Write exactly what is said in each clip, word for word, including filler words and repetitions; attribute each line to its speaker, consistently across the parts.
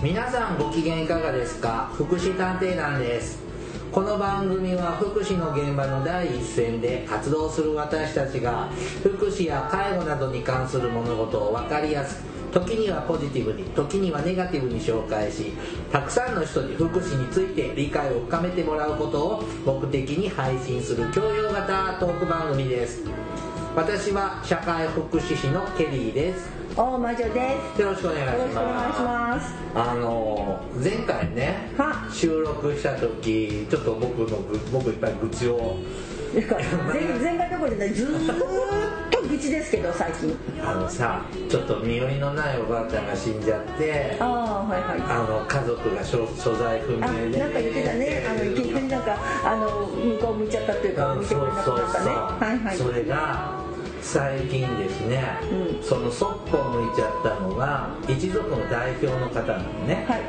Speaker 1: 皆さんご機嫌いかがですか？福祉探偵団です。この番組は福祉の現場の第一線で活動する私たちが福祉や介護などに関する物事を分かりやすく、時にはポジティブに、時にはネガティブに紹介し、たくさんの人に福祉について理解を深めてもらうことを目的に配信する教養型トーク番組です。私は社会福祉士のケリーです。
Speaker 2: 大魔女です。
Speaker 1: よろしくお願いします。
Speaker 2: よろしくお願いします。
Speaker 1: あの前回ね収録した時ちょっと僕の僕いっぱい愚痴を
Speaker 2: 前, 前回どころでずーっと愚痴ですけど最近
Speaker 1: あのさちょっと身寄りのないおばあちゃんが死んじゃって
Speaker 2: あ、はいはい、
Speaker 1: あの家族が 所, 所在不明で、ね、
Speaker 2: なんか言ってたねあの結局なんかあの向こう向いちゃったというか、うん、見てくれなくなったね。はいはい。それが
Speaker 1: 最近ですね、うん、そのそっぽ向いちゃったのが一族の代表の方なのね、はい、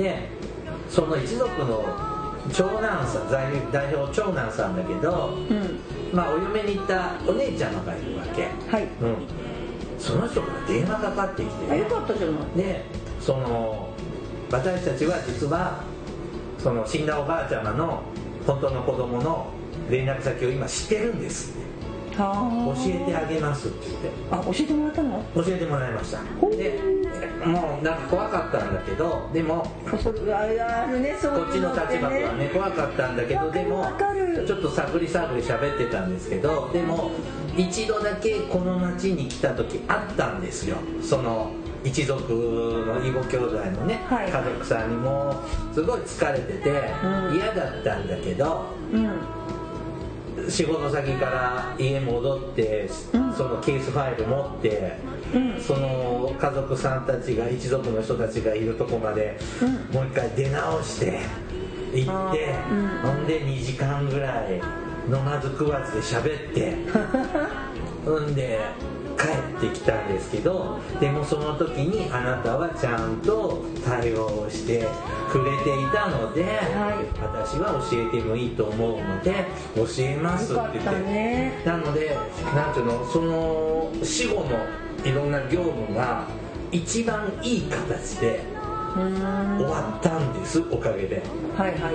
Speaker 1: でその一族の長男さん代表長男さんだけど、うん、まあお嫁に行ったお姉ちゃんがいるわけ、はい、うん、その人から電話かかってきて、ね、
Speaker 2: あ、よかったじゃない。
Speaker 1: でその私たちは実はその死んだおばあちゃまの本当の子供の連絡先を今知ってるんですって教えてあげますって言って、
Speaker 2: あ、教えてもらったの？
Speaker 1: 教えてもらいました。でもうなんか怖かったんだけど、でも
Speaker 2: それある、ね、そういうのってね、
Speaker 1: こっちの立場はね怖かったんだけど、でもちょっと探り探り喋ってたんですけど、でも一度だけこの町に来た時あったんですよ。その一族の異母兄弟のね、はい、家族さんにもすごい疲れてて、うん、嫌だったんだけど、うん、仕事先から家戻って、うん、そのケースファイル持って、うん、その家族さんたちが一族の人たちがいるとこまで、うん、もう一回出直して行って、うん、ほんでにじかんぐらい飲まず食わずで喋ってほんで帰ってきたんですけど、でもその時にあなたはちゃんと対応をしてくれていたので、はい、私は教えてもいいと思うので教えますって言って、ね、なのでなんていうの、その死後のいろんな業務が一番いい形で終わったんです、おかげで、はいはい、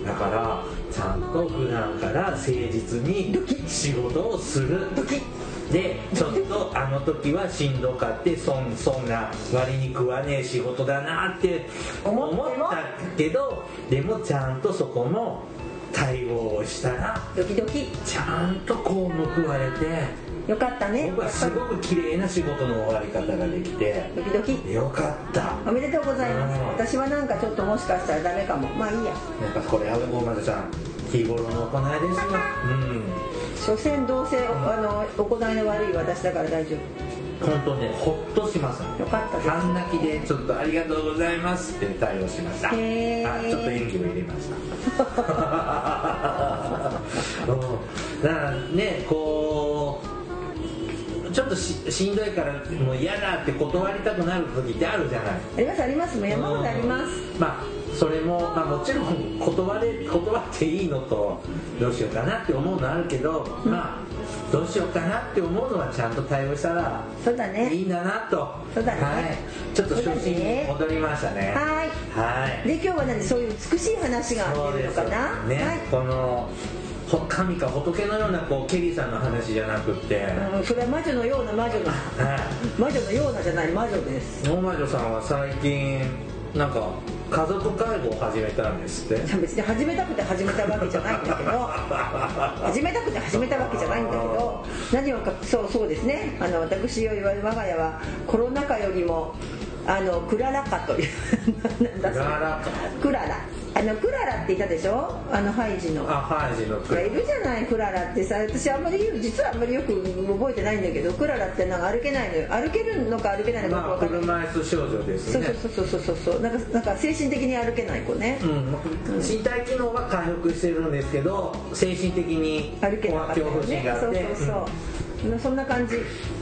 Speaker 1: だからちゃんと普段から誠実に仕事をするで、ちょっとあの時はしんどかって そ, そんな割に食わねえ仕事だなって思ったけど、でもちゃんとそこも対応をしたら
Speaker 2: ドキドキ
Speaker 1: ちゃんとこう報われて
Speaker 2: よかったね。
Speaker 1: 僕はすごく綺麗な仕事の終わり方ができて
Speaker 2: ドキドキ
Speaker 1: よかった。
Speaker 2: おめでとうございます。私はなんかちょっともしかしたらダメかも。まあいいや。
Speaker 1: なんかこれは大丸さん日頃の行いですよ。うん。
Speaker 2: 所詮どうせ、うん、あの行いの悪い私だから大丈
Speaker 1: 夫。本当ね、ほっとします。
Speaker 2: よかったです。
Speaker 1: 半泣きでちょっとありがとうございますって対応しました。へー、あ、ちょっと演技を入れました。うん、だからね、こうちょっと し, しんどいからもう嫌だって断りたくなる時ってあるじゃない。
Speaker 2: ありますあります。もう山ほどあります。
Speaker 1: まあそれも、まあ、もちろん断れ断っていいのとどうしようかなって思うのあるけど、うん、まあどうしようかなって思うのはちゃんと対応したらいいんだなと。
Speaker 2: そうだね、
Speaker 1: はい、ちょっと初心に戻りましたね。
Speaker 2: はい、はい、で今日は何そういう美しい話が出るのかな。
Speaker 1: ね、
Speaker 2: はい、
Speaker 1: この神か仏のようなこうケリーさんの話じゃなくて、
Speaker 2: うん、それは魔女のような魔女の魔女のようなじゃない魔女です。
Speaker 1: 大魔女さんは最近なんか家族介護を始めたんですって。
Speaker 2: 別に始めたくて始めたわけじゃないんだけど始めたくて始めたわけじゃないんだけど、何をかそうそうですね、あの私より我が家はコロナ禍よりもあのクララ禍という
Speaker 1: クララ禍
Speaker 2: クララあのクララっていたでしょ、あのハイジの
Speaker 1: あハイジのクララ
Speaker 2: いるじゃない。クララってさ、私あんまり実はあんまりよく覚えてないんだけど、クララってなんか歩けないのよ。歩けるのか歩けないのか分からない、
Speaker 1: まあ、車椅子少女ですね。
Speaker 2: そうそうそうそうそう、なんかなんか精神的に歩けない子ね、
Speaker 1: うん、身体機能は回復してるんですけど精神的に
Speaker 2: 歩けなかったよね。
Speaker 1: 恐怖心があって、
Speaker 2: そうそうそう、うん、そんな感じ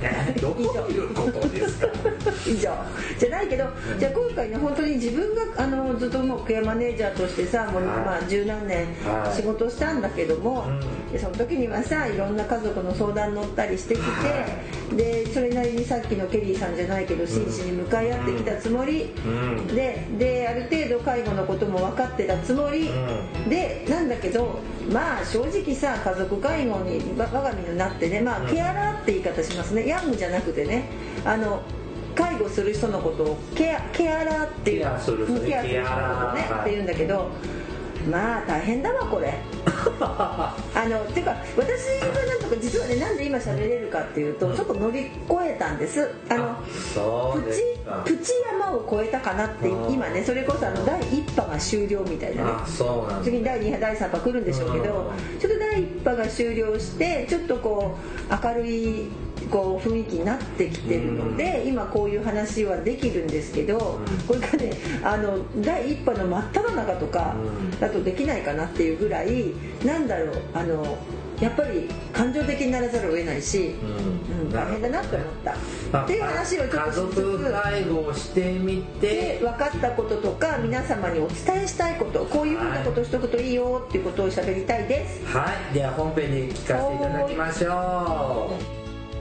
Speaker 1: どういうことですか
Speaker 2: 以上じゃないけど、じゃあ今回ね本当に自分があのずっともうケアマネージャーとしてさもう、まあ、十何年仕事したんだけども、でその時にはさいろんな家族の相談乗ったりしてきて、でそれなりにさっきのケリーさんじゃないけど真摯に向かい合ってきたつもり、で, である程度介護のことも分かってたつもり、でなんだけどまあ正直さ家族介護に我が身になってね、まあケアラーって言い方しますね、ヤングじゃなくてね、あの介護する人のことをケア、ケアラーっていうケアする人のことねって言うんだけど、まあ大変だわこれあのてか私がなんとか実はねなんで今喋れるかっていうと、うん、ちょっと乗り越えたんです。あのプチプチ山を越えたかなって今ね、それこそあのだいいっ波が終了みたいなね、
Speaker 1: そうなん
Speaker 2: 次にだいに波だいさん波来るんでしょうけど、うん、ちょっとだいいっ波が終了してちょっとこう明るいこう雰囲気になってきてるので、うん、今こういう話はできるんですけど、うん、これがねあのだいいっ波の真っ只中とかだとできないかなっていうぐらい、なんだろうあのやっぱり感情的にならざるを得ないし、うんうん、大変だなと思った、まあ、っていう話をちょっとしつつ
Speaker 1: 家族介護をしてみて
Speaker 2: 分かったこととか皆様にお伝えしたいこと、こういうふうなことをしとくといいよっていうことを喋りたいです。
Speaker 1: はい、では本編で聞かせていただきましょう。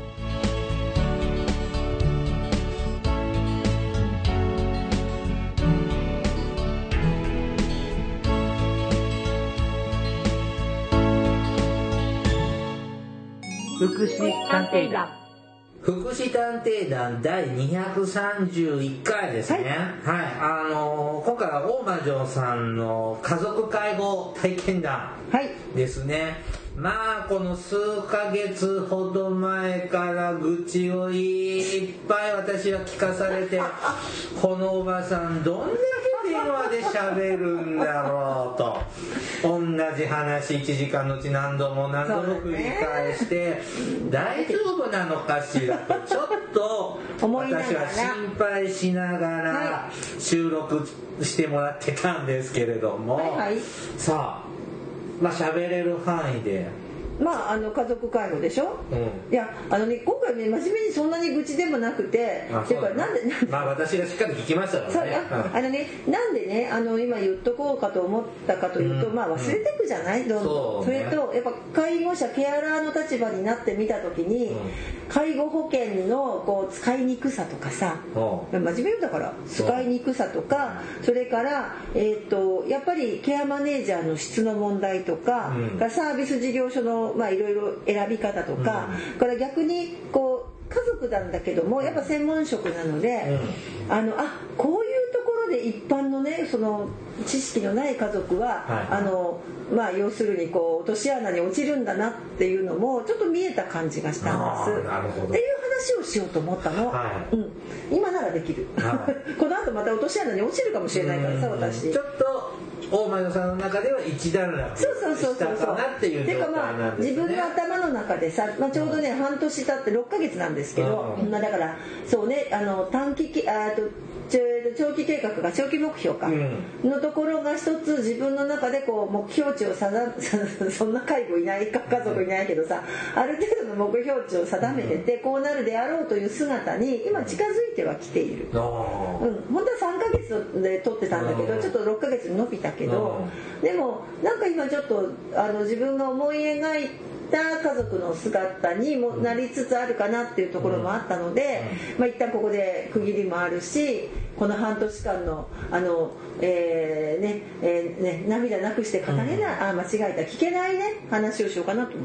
Speaker 3: 福祉探偵団
Speaker 1: 福祉探偵団だいにひゃくさんじゅういっかいですね。はい、はい、あのー、今回は大魔女さんの家族介護体験談ですね。はい、まあこの数ヶ月ほど前から愚痴をいっぱい私は聞かされてこのおばさんどんだけ電話で喋るんだろうと、同じ話いちじかんのうち何度も何度も繰り返して大丈夫なのかしらとちょっと私は心配しながら収録してもらってたんですけれども、はいはい、さあまあ喋れる範囲で
Speaker 2: まあ、あの家族介護でしょ、うん、いやあのね今回ね真面目にそんなに愚痴でもなくて、
Speaker 1: あそうなんなんでなんでまあ私がしっかり聞きましたからね。
Speaker 2: あのねなんでねあの今言っとこうかと思ったかというと、うん、まあ忘れてくじゃない、うん、どんどん そ,、ね、それとやっぱ介護者ケアラーの立場になってみた時に、うん、介護保険のこう使いにくさとかさ、うん、真面目だから使いにくさとか、それから、えー、とやっぱりケアマネージャーの質の問題とか、うん、からサービス事業所のまあいろいろ選び方とか、うん、から逆にこう家族なんだけどもやっぱ専門職なので、うん、あのあこういうところで一般のねその知識のない家族は、はい、あのまあ要するにこう落とし穴に落ちるんだなっていうのもちょっと見えた感じがしたんです。
Speaker 1: なるほど
Speaker 2: っていう話をしようと思ったの、はい、うん、今ならできる、はい、この後また落とし穴に落ちるかもしれないからさ私
Speaker 1: ちょっと大魔女さんの中では一段落したかなっていう状態なんですね。
Speaker 2: 自分の頭の中でさ、まあ、ちょうどね、うん、半年経ってろっかげつなんですけど、うん、まあ、だからそうねあの短期あと長期計画が長期目標か、うん、のところが一つ自分の中でこう目標値を定そんな介護いないか家族いないけどさ、ある程度の目標値を定めてて、うん、こうなるであろうという姿に今近づいてはきている、うん、本当はさんかげつで取ってたんだけどちょっとろっかげつに伸びたけど、でもなんか今ちょっとあの自分が思い描いて家族の姿にもなりつつあるかなっていうところもあったので、まあ、一旦ここで区切りもあるし、この半年間のあの、えーねえーね、涙なくして語れない、うん、あ間違えた聞けないね話をしようかなと思って、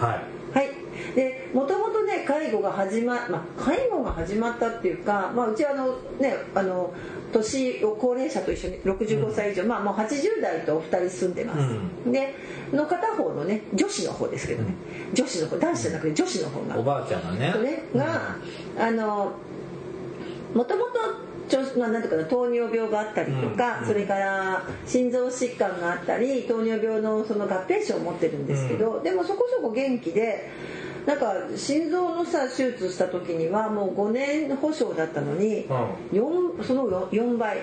Speaker 1: はい
Speaker 2: はい、でもともとね介護が始ま、まあ、介護が始まったっていうか、まあ、うちはあのねあの年を高齢者と一緒にろくじゅうごさい以上、うん、まあもうはちじゅう代とふたり住んでます、うん、での片方のね女子の方ですけどね、うん、女子の方男子じゃなくて女子の方が
Speaker 1: おばあちゃんがね
Speaker 2: が、うん、あのもともとなんていうかな糖尿病があったりとか、うん、それから心臓疾患があったり糖尿病のその合併症を持ってるんですけど、うん、でもそこそこ元気でなんか心臓のさ手術した時にはもうごねん保証だったのに、うん、よんそのよんばい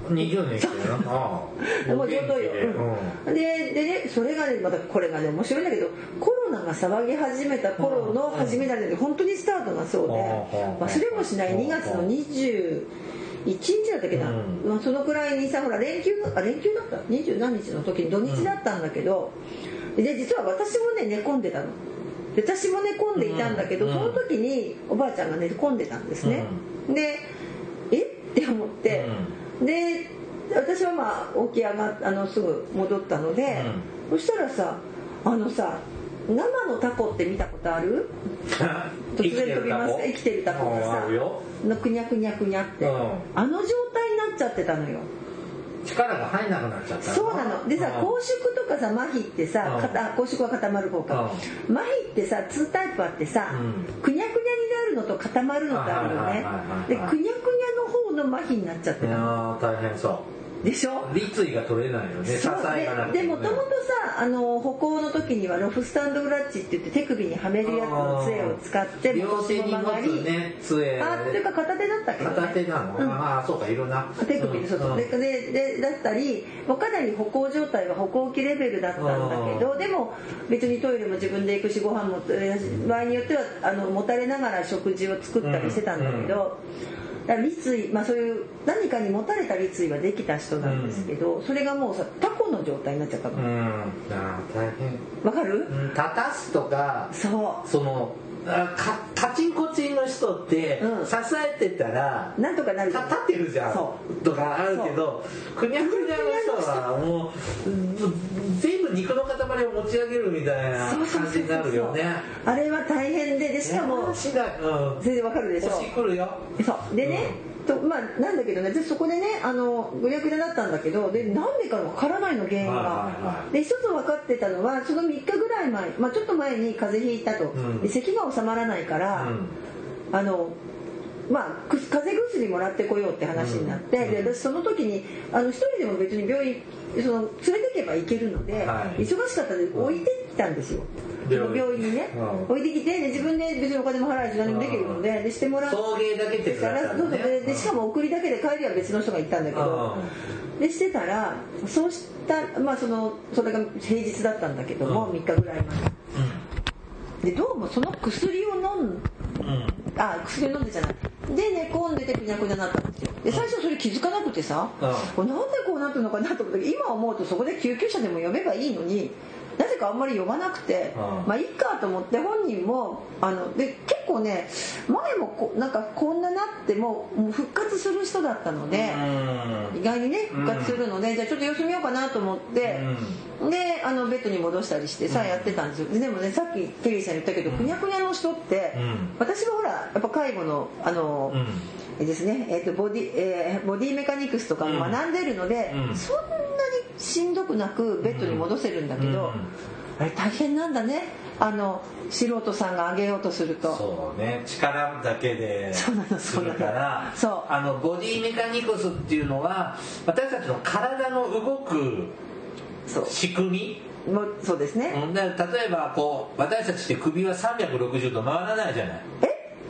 Speaker 1: にじゅうねん生きてるな
Speaker 2: もう上等よ、うん、で, でねそれがねまたこれがね面白いんだけどコロナが騒ぎ始めた頃の始めたので本当にスタートがそうで忘れもしないにがつのにじゅういちにちだったっけな、うんまあ、そのくらいにさほら連休あ連休だったにじゅうなんにちの時に土日だったんだけど、うん、で実は私もね寝込んでたので私も寝込んでいたんだけど、うん、その時におばあちゃんが寝込んでたんですね、うん、でえって思って、うん、で私はまあ起き上がっあのすぐ戻ったので、うん、そしたらさあのさ生のタコって見たことある突然飛びますか生きてるタコがさのくにゃくにゃくにゃって、うん、あの状態になっちゃってたのよ
Speaker 1: 力が入んなくなっちゃった
Speaker 2: そうなのでさ拘縮とかさ麻痺ってさ、うん、拘縮は固まる方か、うん、麻痺ってさにタイプあってさ、うん、くにゃくにゃになるのと固まるのとあるのねでくにゃくにゃの方の麻痺になっちゃってたの
Speaker 1: あ大変そう
Speaker 2: でしょ
Speaker 1: 立位が取れないよね支えがなくて、
Speaker 2: ね、でもともとさあの歩行の時にはロフスタンドグラッチって言って手首にはめるやつの杖を使って
Speaker 1: 両手に持つね杖
Speaker 2: あというか片手だったけど、ね、
Speaker 1: 片手なの、うん、ああそうかいろんな
Speaker 2: 手首にそうそう、うん、で, で, でだったりもうかなり歩行状態は歩行期レベルだったんだけどでも別にトイレも自分で行くしご飯も場合によってはあのもたれながら食事を作ったりしてたんだけど、うんうんだから立位、まあ、そういう何かに持たれた立位はできた人なんですけど、うん、それがもうさタコの状態になっちゃったの、うん、
Speaker 1: あ大変
Speaker 2: わかる、
Speaker 1: うん、立たすとか
Speaker 2: そう
Speaker 1: そのかカチンコチンの人って支えてたら、
Speaker 2: うん、なんとかなる
Speaker 1: 立ってるじゃんとかあるけどくにゃくにゃの人はもう全部肉の塊を持ち上げるみたいな感じになるよね
Speaker 2: あれは大変ででしかも、うん、全然わかるでしょ
Speaker 1: 腰くるよ
Speaker 2: そうでね、うんとまあ、なんだけどね私そこでねあのぐにゃぐにゃだったんだけどでなんでかわからないの原因が、はいはいはい、で一つ分かってたのはそのみっかぐらい前、まあ、ちょっと前に風邪ひいたと、うん、で咳が収まらないから、うん、あのまあ、風邪薬もらってこようって話になって、うん、で私その時にあの一人でも別に病院その連れてけば行けるので、はい、忙しかったので置いてきたんですよ、うん、病院にね、うん、置いてきてで自分で別にお金も払えず何もできるので、うん、でしてもらって
Speaker 1: 送迎だけ手伝ったら、ね、
Speaker 2: で, でしかも送りだけで帰りは別の人が行ったんだけど、うん、でしてたらそうしたまあそのそれが平日だったんだけども、うん、みっかぐらい前、うん、でどうもその薬を飲んうん、あ薬を飲んでじゃないで寝込んでてくにゃくにゃになったんですよで最初それ気づかなくてさ、うん、なんでこうなってるのかなと思って今思うとそこで救急車でも呼べばいいのになぜかあんまり呼ばなくて、うん、まあいいかと思って本人もあので結構ね前もこなんかこんななってももう復活する人だったので、うん、意外にね復活するので、うん、じゃあちょっと様子見ようかなと思って、うん、であのベッドに戻したりしてさ、うん、やってたんですよでもねさっきケリーさん言ったけどくにゃくにゃの人って、うん、私はほらやっぱ介護のあの、うんですねえー、とボディえー、ボディメカニクスとかも学んでるので、うん、そんなにしんどくなくベッドに戻せるんだけど、うん、あれ大変なんだねあの素人さんが上げようとすると
Speaker 1: そうね力だけでするから
Speaker 2: そう
Speaker 1: あのボディメカニクスっていうのは私たちの体の動く仕組み
Speaker 2: もそうですね、
Speaker 1: うん、だから例えばこう私たちって首はさんびゃくろくじゅうど回らないじゃない
Speaker 2: え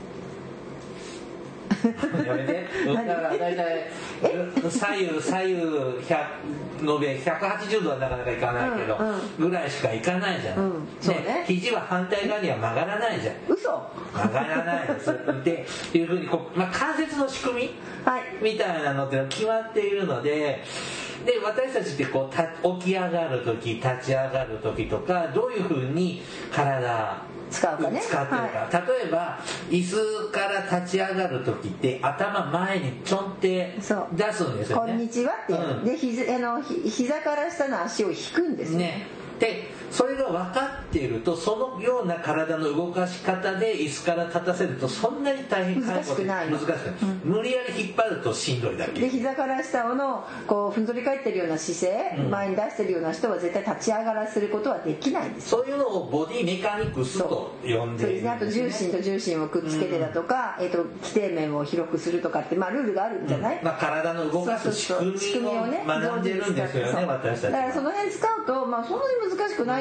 Speaker 1: やめてだから大体左右左右延べひゃくはちじゅうどはなかなかいかないけど、うんうん、ぐらいしかいかないじゃん、うんそうね、肘は反対側には曲がらないじゃん
Speaker 2: 嘘
Speaker 1: 曲がらないですでっていうふうにこう、まあ、関節の仕組み、はい、みたいなのってのは決まっているのでで私たちってこう起き上がる時立ち上がる時とかどういうふうに体
Speaker 2: 使うかね
Speaker 1: 使ってるか、はい、例えば椅子から立ち上がる時って頭前にちょんって出すんですよね
Speaker 2: こんにちはっていう、うん、でひあのひ膝から下の足を引くんですよ
Speaker 1: ねでそれが分かっているとそのような体の動かし方で椅子から立たせるとそんなに大変
Speaker 2: 難しくない
Speaker 1: 難しくない、うん、無理やり引っ張るとしんどいだけ
Speaker 2: で膝から下のこうふんぞり返ってるような姿勢、うん、前に出してるような人は絶対立ち上がらせることはできないんです
Speaker 1: そういうのをボディメカニクスと呼んでいるんです、ね、そうですね
Speaker 2: あと重心と重心をくっつけてだとか、うんえー、と基底面を広くするとかって、まあ、ルールがあるんじゃない、
Speaker 1: うんまあ、体の動かす仕組みを学んでるんですよね私たちは
Speaker 2: だからその辺使うと、まあ、そんなに難しくない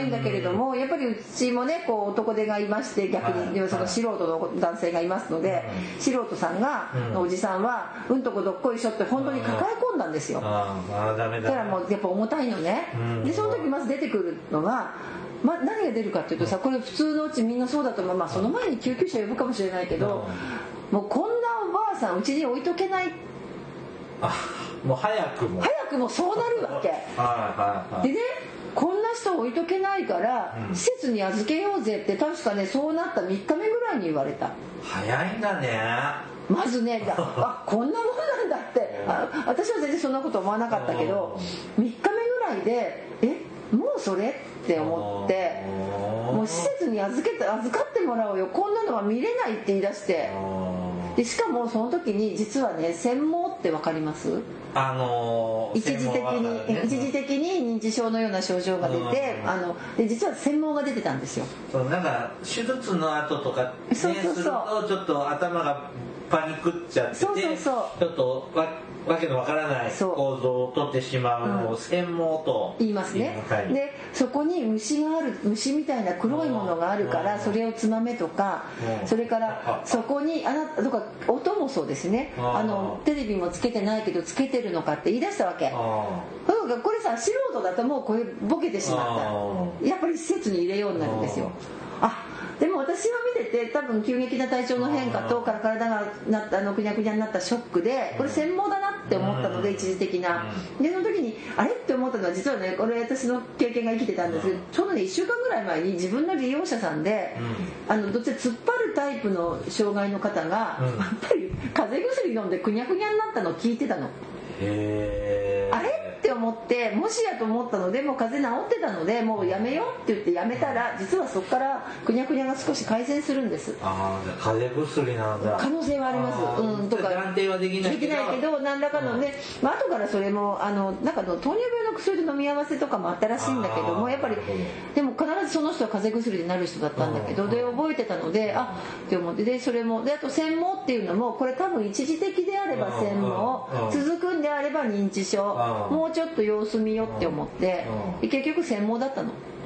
Speaker 2: ないんだけれども、やっぱりうちもねこう男手がいまして、逆に、はい、その素人の男性がいますので、うん、素人さんが、うん、おじさんはうんとこどっこいしょって本当に抱え込んだんですよ。
Speaker 1: ああダメだ。
Speaker 2: だからもうやっぱ重たいのね、うん、でその時まず出てくるのが、ま、何が出るかっていうとさ、これ普通のうちみんなそうだと思う、まあ、その前に救急車呼ぶかもしれないけど、うん、もうこんなおばあさんうちに置いとけない、
Speaker 1: あもう早くも
Speaker 2: 早くもそうなるわけはいはいはい。でねこんな人置いとけないから、うん、施設に預けようぜって確かねそうなったみっかめぐらいに言われた。
Speaker 1: 早いんだね。
Speaker 2: まずねあこんなもんなんだってあ私は全然そんなこと思わなかったけどみっかめぐらいでえもうそれって思って、もう施設に預けて預かってもらおうよ、こんなのは見れないって言い出して、でしかもその時に実はね専門って分かります？
Speaker 1: あのー、
Speaker 2: 一時的に、ね、一時的に認知症のような症状が出て、うん、あので実は専門が出てたんですよ。
Speaker 1: そうなんか手術の後とか、ね、そうそうそうするとちょっと頭がパニクっちゃってて、そうそうそうちょっとわわけのわからない構造を取ってしまうのを専門と
Speaker 2: 言いますね、はい、でそこに虫がある、虫みたいな黒いものがあるからそれをつまめとか、それからそこにあなたとか音もそうですね、あのテレビもつけてないけどつけてるのかって言い出したわけ。これさ素人だともうこれボケてしまった、やっぱり施設に入れようになるんですよ。あでも私は見てて多分急激な体調の変化とから体がなったあのくにゃくにゃになったショックでこれ専門だなって思ったので、一時的なでその時にあれって思ったのは実はねこれ私の経験が生きてたんですけど、ちょうどねいっしゅうかんぐらい前に自分の利用者さんであのどっち突っ張るタイプの障害の方がやっぱり風邪薬飲んでくにゃくにゃになったのを聞いてたの。へーあれって思ってもしやと思ったのでもう風邪治ってたのでもうやめようって言ってやめたら実はそこからくにゃくにゃが少し改善するんです。
Speaker 1: ああ風邪薬なんだ。
Speaker 2: 可能性はあります。うんとか
Speaker 1: 断定はできないけどできないけど
Speaker 2: 何らかのね、まあ後からそれもあのなんかの糖尿病の薬の飲み合わせとかもあったらしいんだけどもやっぱりでも必ずその人は風邪薬でなる人だったんだけどで覚えてたのであって思ってでそれもであと専門っていうのもこれ多分一時的であれば専門続くんであれば認知症もうちょっと様子見よって思って結局専門だったの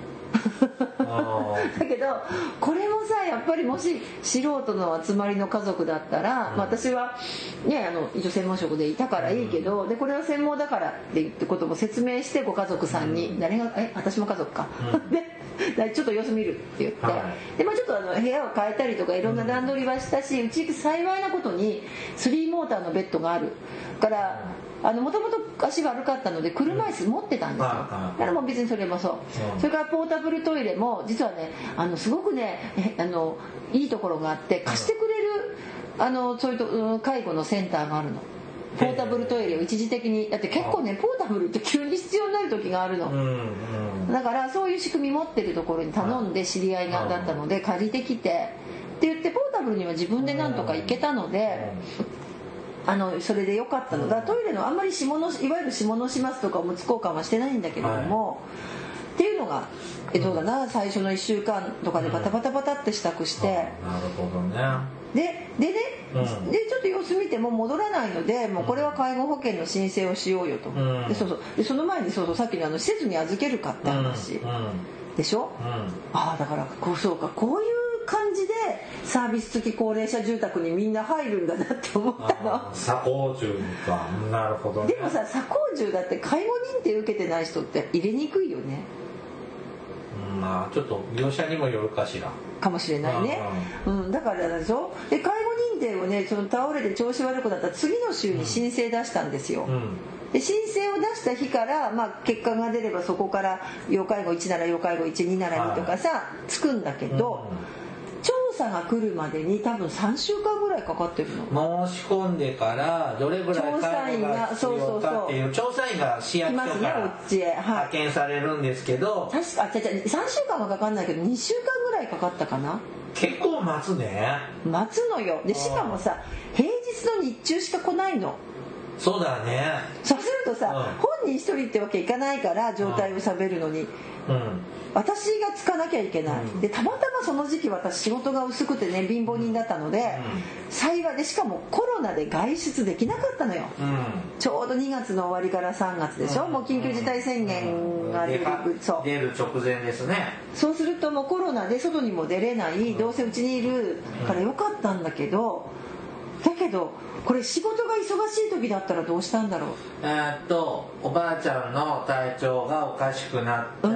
Speaker 2: だけどこれもさやっぱりもし素人の集まりの家族だったら、うん、私は、ね、あの一応専門職でいたからいいけど、うん、でこれは専門だからって言ってことも説明してご家族さんに、うん、誰がえ私も家族か、うん、でちょっと様子見るって言って、はい、でまあ、ちょっとあの部屋を変えたりとかいろんな段取りはしたし、うち幸いなことにスリーモーターのベッドがあるからもともと足悪かったので車椅子持ってたんですよ。だからもう別にそれもそう、うん、それからポータブルトイレも実はねあのすごくねあのいいところがあって貸してくれるあのそういうと介護のセンターがあるの。ポータブルトイレを一時的にだって結構ねポータブルって急に必要になる時があるの、うんうん、だからそういう仕組み持ってるところに頼んで知り合いがだったので借りてきてって言ってポータブルには自分でなんとか行けたのであのそれで良かったのだ。トイレのあんまり下のいわゆる下の始末とかおむつ交換はしてないんだけれども、はい、っていうのがえどうだな最初のいっしゅうかんとかでバタバタバタって支度して、うん、なる
Speaker 1: ほどね。
Speaker 2: ででね、うん、でちょっと様子見ても戻らないのでもうこれは介護保険の申請をしようよと、うん、でそうそうでその前にそうそうさっきのあの施設に預けるかって話、うんうん、でしょ、うん、ああだからこうそうかこういう感じでサービス付き高齢者住宅にみんな入るんだなって思ったの。
Speaker 1: 左高住かなるほど、ね、
Speaker 2: でもさ左高住だって介護認定受けてない人って入れにくいよね。
Speaker 1: まあちょっと業者にもよるかしら
Speaker 2: かもしれないね、うんうん、だからでしょで介護認定をねその倒れて調子悪くなった次の週に申請出したんですよ、うんうん、で申請を出した日から、まあ、結果が出ればそこから要介護いちなら要介護いち、にならにとかさ、はい、つくんだけど、うん調査が来るまでに多分さんしゅうかんぐらいかかってる
Speaker 1: の。申し込んでからどれぐらい介護が必要かっていう調査員が市役所から派遣されるんですけど、
Speaker 2: 確かあ違う違うさんしゅうかんはかかんないけどにしゅうかんぐらいかかったかな。
Speaker 1: 結構待つね。
Speaker 2: 待つのよ。でしかもさ平日の日中しか来ないの。
Speaker 1: そうだね。
Speaker 2: そうするとさ、うん、本人一人ってわけいかないから状態を喋るのに、うん、私がつかなきゃいけない、うん、でたまたまその時期私仕事が薄くてね貧乏人だったので、うん、幸いでしかもコロナで外出できなかったのよ、うん、ちょうどにがつの終わりからさんがつでしょ、うん、もう緊急事態宣言分が出る
Speaker 1: そう出る直前ですね。
Speaker 2: そうするともうコロナで外にも出れない、どうせうちにいるからよかったんだけど、だけどこれ仕事が忙しい時だったらどうしたんだろう。
Speaker 1: えー、っとおばあちゃんの体調がおかしくなった、うん、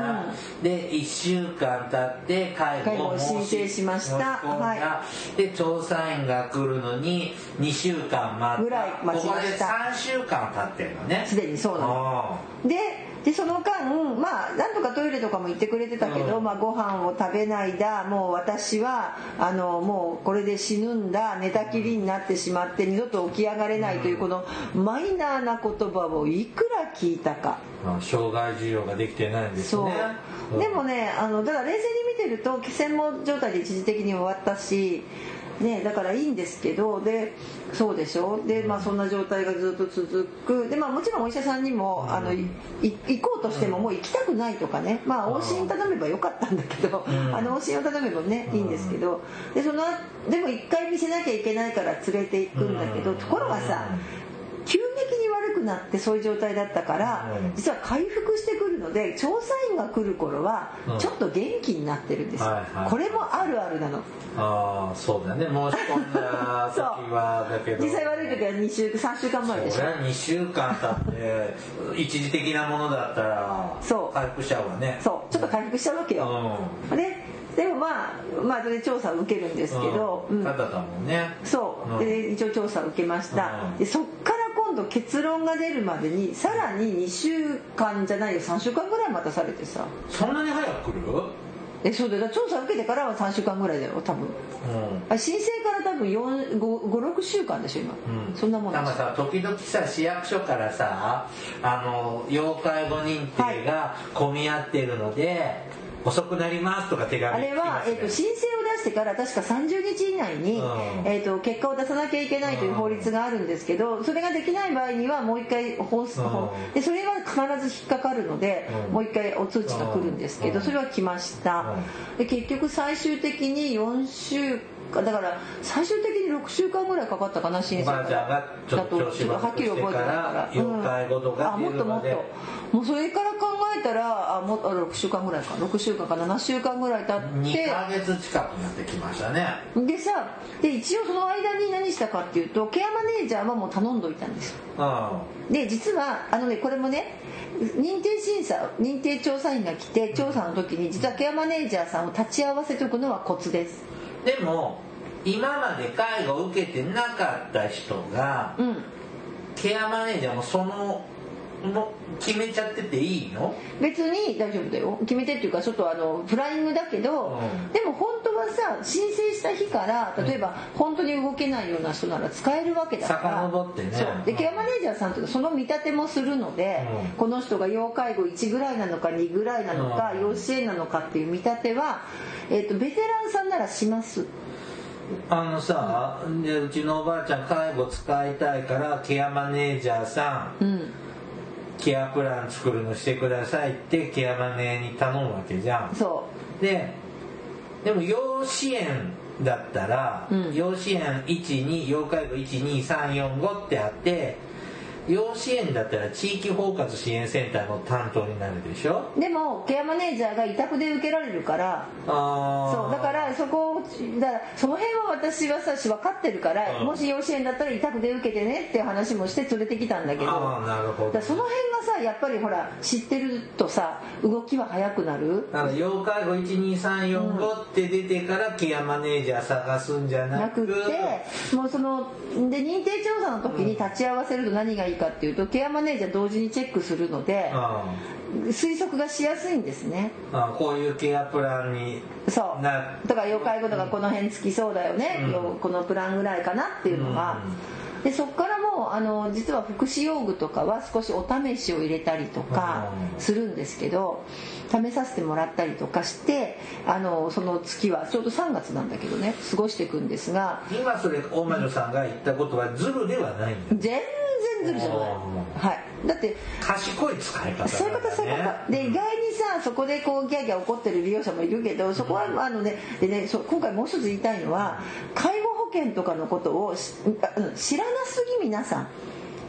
Speaker 1: でいっしゅうかん経って介護を
Speaker 2: 申請しました、
Speaker 1: はい、で調査員が来るのににしゅうかん待ったぐらい待ちました。ここでさんしゅうかん経ってるのね、
Speaker 2: すでに。そうなのででその間まあなんとかトイレとかも行ってくれてたけど、うん、まあ、ご飯を食べないだ、もう私はあのもうこれで死ぬんだ、寝たきりになってしまって二度と起き上がれないというこのマイナーな言葉をいくら聞いたか。
Speaker 1: 障害需要ができてないんですね。
Speaker 2: そうでもね、あのだから冷静に見てると専門状態で一時的に終わったしね、だからいいんですけど、でそうでしょで、まあ、そんな状態がずっと続くで、まあ、もちろんお医者さんにもあのい行こうとしてももう行きたくないとかね、まあ、往診頼めばよかったんだけど、あの往診を頼めばねいいんですけど、でそのでも一回見せなきゃいけないから連れて行くんだけど、ところがさ急激に悪くなってそういう状態だったから実は回復してくるので、調査員が来る頃はちょっと元気になってるんですよ、はいはい、これもあるあるなの。
Speaker 1: ああそうだね、申し込んだ時はだけど
Speaker 2: 実際悪い時はにしゅうかんさんしゅうかんまえでしょ。
Speaker 1: それはにしゅうかん経って一時的なものだったら回復しちゃうわね。
Speaker 2: そうちょっと回復しちゃうわけよ、うん、ででもまあまあそれで調査を受けるんですけど、
Speaker 1: うん、ただだもんね。
Speaker 2: そう、うん、で一応調査を受けました、うん、でそっから今度結論が出るまでにさらににしゅうかんじゃないよさんしゅうかんぐらい待たされてさ。
Speaker 1: そんなに早く来る？
Speaker 2: えそうだよ、調査受けてからはさんしゅうかんぐらいだよ多分、うん、申請から多分ごろくしゅうかんでしょ今、うん、そんなもん
Speaker 1: なんかさ時々さ市役所からさあの要介護認定が混み合ってるので、はい、遅くなりますとか手紙
Speaker 2: あれは、えー、と申請を出してから確かさんじゅうにち以内に、うんえー、と結果を出さなきゃいけないという法律があるんですけど、それができない場合にはもう一回法、うん、でそれが必ず引っかかるので、うん、もう一回お通知が来るんですけど、それは来ました、うん、で結局最終的によんしゅうかんだから最終的にろくしゅうかんぐらいかかったかな申請から。
Speaker 1: おばあちゃんがちょっと調子悪くしてから要介護度が出るまで、
Speaker 2: うん、あもっともっともうそれから考えたらあもっとろくしゅうかんぐらいかろくしゅうかんかななしゅうかんぐらい経って
Speaker 1: にかげつ近くなってきましたね。
Speaker 2: でさで一応その間に何したかっていうとケアマネージャーはもう頼んどいたんですよ。で実はあのねこれもね認定審査認定調査員が来て調査の時に実はケアマネージャーさんを立ち会わせておくのはコツです。
Speaker 1: でも今まで介護を受けてなかった人が、うん、ケアマネージャーもそのも決めちゃってていいの？
Speaker 2: 別に大丈夫だよ。決めてっていうかちょっとあのフライングだけど、うん、でも本当はさ申請した日から例えば、うん、本当に動けないような人なら使えるわけだから
Speaker 1: 遡ってね。
Speaker 2: そうでケアマネージャーさんというかその見立てもするので、うん、この人が要介護いちぐらいなのかにぐらいなのか、うん、要支援なのかっていう見立ては、えーと、ベテランさんならします。
Speaker 1: あのさ、うん、でうちのおばあちゃん介護使いたいからケアマネージャーさん、うん、ケアプラン作るのしてくださいってケアマネに頼むわけじゃん。
Speaker 2: そう
Speaker 1: ででも要支援だったら、うん、要支援いちに要介護いちにさんよんごってあって要支援だったら地域包括支援センターの担当になるでしょ。
Speaker 2: でもケアマネージャーが委託で受けられるからあそうだからそこだからその辺は私はさ分かってるから、うん、もし要支援だったら委託で受けてねっていう話もして連れてきたんだけど
Speaker 1: あなるほど
Speaker 2: だその辺がさやっぱりほら知ってるとさ動きは早くなる。
Speaker 1: だから要介護いちにさんよんごって出てからケアマネージャー探すんじゃなくてなく
Speaker 2: てもうそので認定調査の時に立ち会わせると何がいいかっていうとケアマネージャー同時にチェックするので推測がしやすいんですね。
Speaker 1: あこういうケアプランに
Speaker 2: そう
Speaker 1: な
Speaker 2: とか要介護とかこの辺つきそうだよね、うん、このプランぐらいかなっていうのが、うん、でそこからもうあの実は福祉用具とかは少しお試しを入れたりとかするんですけど、うん、試させてもらったりとかしてあのその月はちょうどさんがつなんだけどね過ごしていくんですが
Speaker 1: 今それ大魔女さんが言ったことはズルではないんだ
Speaker 2: 全然ズルじゃない、はい、だって
Speaker 1: 賢い使い方だ、ね、
Speaker 2: そういう方そういう方で意外にさそこでこうギャーギャー怒ってる利用者もいるけどそこはあのねでねそ今回もう一つ言いたいのは介護保険とかのことを知らなすぎ皆さん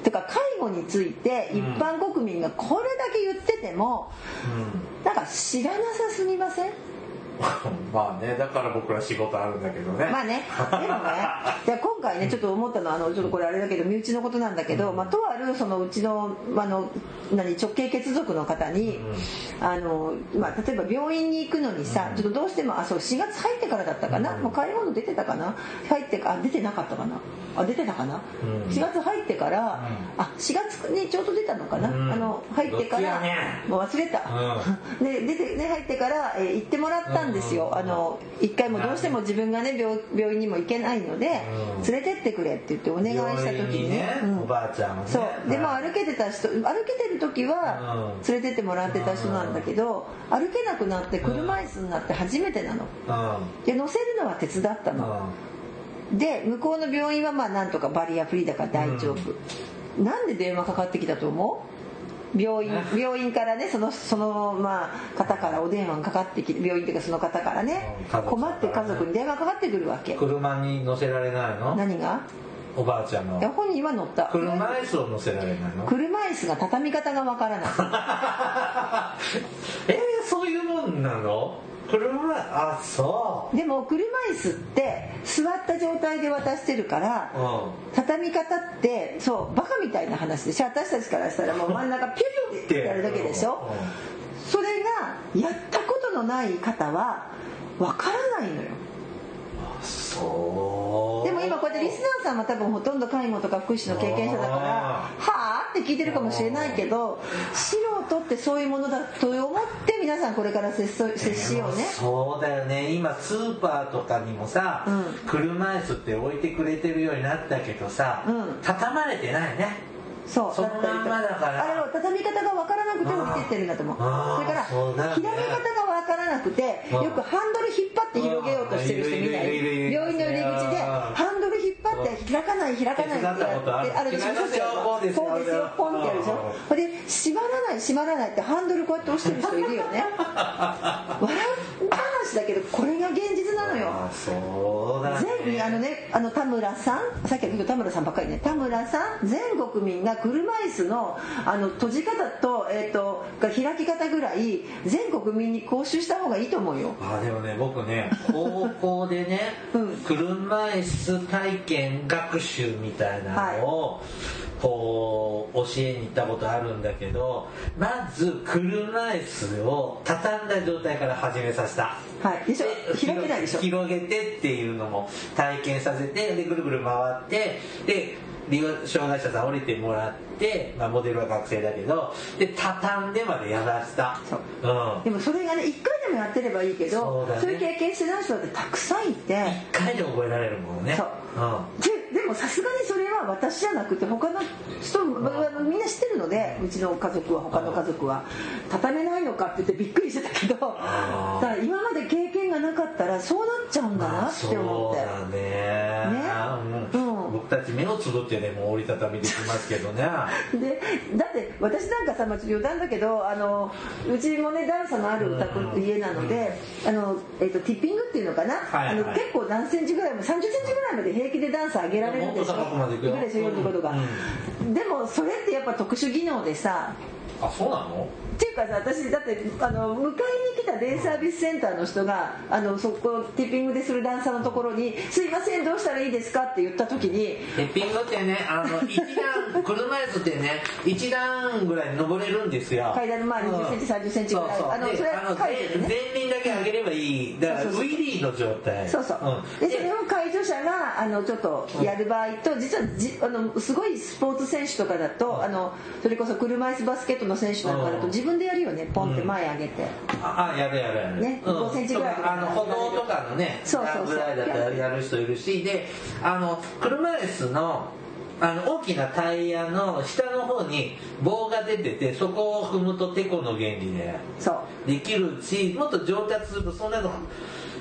Speaker 2: てか介護について一般国民がこれだけ言ってても、うん、なんか知らなさすぎません？
Speaker 1: まあね、だから僕ら仕事あるんだけどね。
Speaker 2: まあね、でもね、じゃあ今回ねちょっと思ったのはあのちょっとこれあれだけど身内のことなんだけど、うん、まあ、とあるそのうちのあの何直系血族の方に、うん、あのまあ、例えば病院に行くのにさ、うん、ちょっとどうしてもあそうしがつ入ってからだったかな、うん、もう介護の出てたかな、入ってかあ出てなかったかな。あ出てたかな、うん、しがつ入ってから、うん、あしがつにちょうど出たのかな、うん、あの入ってから、ね、もう忘れた、うん、で出てね入ってから、えー、行ってもらったんですよ、うん、あの一回もどうしても自分がね 病, 病院にも行けないので、うん、連れてってくれって言ってお願いした時にね、うん、
Speaker 1: おばあちゃんもね、
Speaker 2: そうでも歩けてた人歩けてる時は連れてってもらってた人なんだけど、歩けなくなって車椅子になって初めてなの、うん、で乗せるのは手伝ったの、うん、で向こうの病院はまあなんとかバリアフリーだから大丈夫、うん、なんで電話かかってきたと思う？病院病院からねそのそのまあ方からお電話がかかってきて、病院っていうかその方からね、うん、困って家族に電話かかってくるわけ。
Speaker 1: 車に乗せられないの？
Speaker 2: 何が？
Speaker 1: おばあちゃんの。
Speaker 2: いや本人は乗った。
Speaker 1: 車椅子を乗せられないの？
Speaker 2: 車椅子が畳み方がわからない
Speaker 1: えー、そういうもんなの？車あそう
Speaker 2: でも車椅子って座った状態で渡してるから、うん、畳み方ってそうバカみたいな話でしょ。私たちからしたらもう真ん中ピュッってやるだけでしょ、うん、それがやったことのない方はわからないのよ。
Speaker 1: そう
Speaker 2: でも今こうやってリスナーさんは多分ほとんど介護とか福祉の経験者だからはぁって聞いてるかもしれないけど、素人ってそういうものだと思って皆さんこれから接しようね。
Speaker 1: そうだよね。今スーパーとかにもさ、うん、車椅子って置いてくれてるようになったけどさ、うん、畳まれてないね。
Speaker 2: そう
Speaker 1: そのまんまだから
Speaker 2: あれを畳み方が分からなくて置いてってるんだと思う。それから開き方が分からなくてよくハンドル引っ張って広げようとしてる人みたい。病院の入り口でハンドル引っ張って開かない開かないってやってあるでしょ。そうですよポンってやるでしょ。それで閉まらない閉まらないってハンドルこうやって押してる人いるよね。笑う話だけどこれが現実なのよ。
Speaker 1: そうだね。
Speaker 2: 全あのねあの田村さんさっき言った田村さんばっかりね。田村さん全国民が車椅子 の, あの閉じ方と、えー、と開き方ぐらい全国民に講習した方がいいと思うよ。
Speaker 1: あでもね僕ね高校でね、うん、車椅子体験学習みたいなのを、はい、こう教えに行ったことあるんだけど、まず車椅子を畳んだ状態から始めさせた。
Speaker 2: はい、でしょ広げないでしょ。
Speaker 1: 広げてっていうのも体験させて、でぐるぐる回ってで利用障害者さん降りてもらって、まあ、モデルは学生だけどで畳んでまでやらせた。
Speaker 2: そう、うん、でもそれがねいっかいでもやってればいいけど そうだ、ね、そういう経験してない人ってたくさんいていっ
Speaker 1: かいで覚えられるもんね。
Speaker 2: そう、うん、で, でもさすがにそれは私じゃなくて他の人、うん、みんな知ってるので、うちの家族は他の家族は畳めないのかって言ってびっくりしてたけど、だから今まで経験がなかったらそうなっちゃうんだなって思って、まあ、そうだ ね,
Speaker 1: ね、うん、僕たち目をつぶってねもう折りたたみできますけどね
Speaker 2: でだって私なんかさ、まあ、余談だけどあのうちもね段差のあるお宅家なので、うん、あのえー、とティッピングっていうのかな、はいはい、あの結構何センチぐらいもさんじゅっセンチぐらいまで平気で段差上げられるでしょ。
Speaker 1: もっと高くまで行くよ。
Speaker 2: よんじゅうごどが、うん、でもそれってやっぱ特殊技能でさ。
Speaker 1: あ、そうなの？
Speaker 2: っていうかさ、私だってあの迎えに来たデイサービスセンターの人があのそこティッピングでする段差のところにすいませんどうしたらいいですかって言った時に、
Speaker 1: ティッピングってねあの一段車椅子ってね一段ぐらい登れるんですよ。
Speaker 2: 階段の前にじゅっセンチ、うん、さんじゅっセンチぐらい。
Speaker 1: そうそう、
Speaker 2: あのそれは解除でね。
Speaker 1: 前輪だけ上げればいい。だからウィリーの状態。
Speaker 2: そうそう。うん、でそれを介助者があのちょっとやる場合と、実はじあのすごいスポーツ選手とかだと、うん、あのそれこそ車椅子バスケットの選手なんかだと自分でやるよね。ポンって前上げて、うん、
Speaker 1: ああやるやるやる
Speaker 2: ね、うん、ごセンチぐらいとか
Speaker 1: あの歩道とかのね
Speaker 2: そうそうそう
Speaker 1: ぐらいだったらやる人いるし、であの車椅子のあの大きなタイヤの下の方に棒が出ててそこを踏むとテコの原理でできるし、もっと上達するとそんなの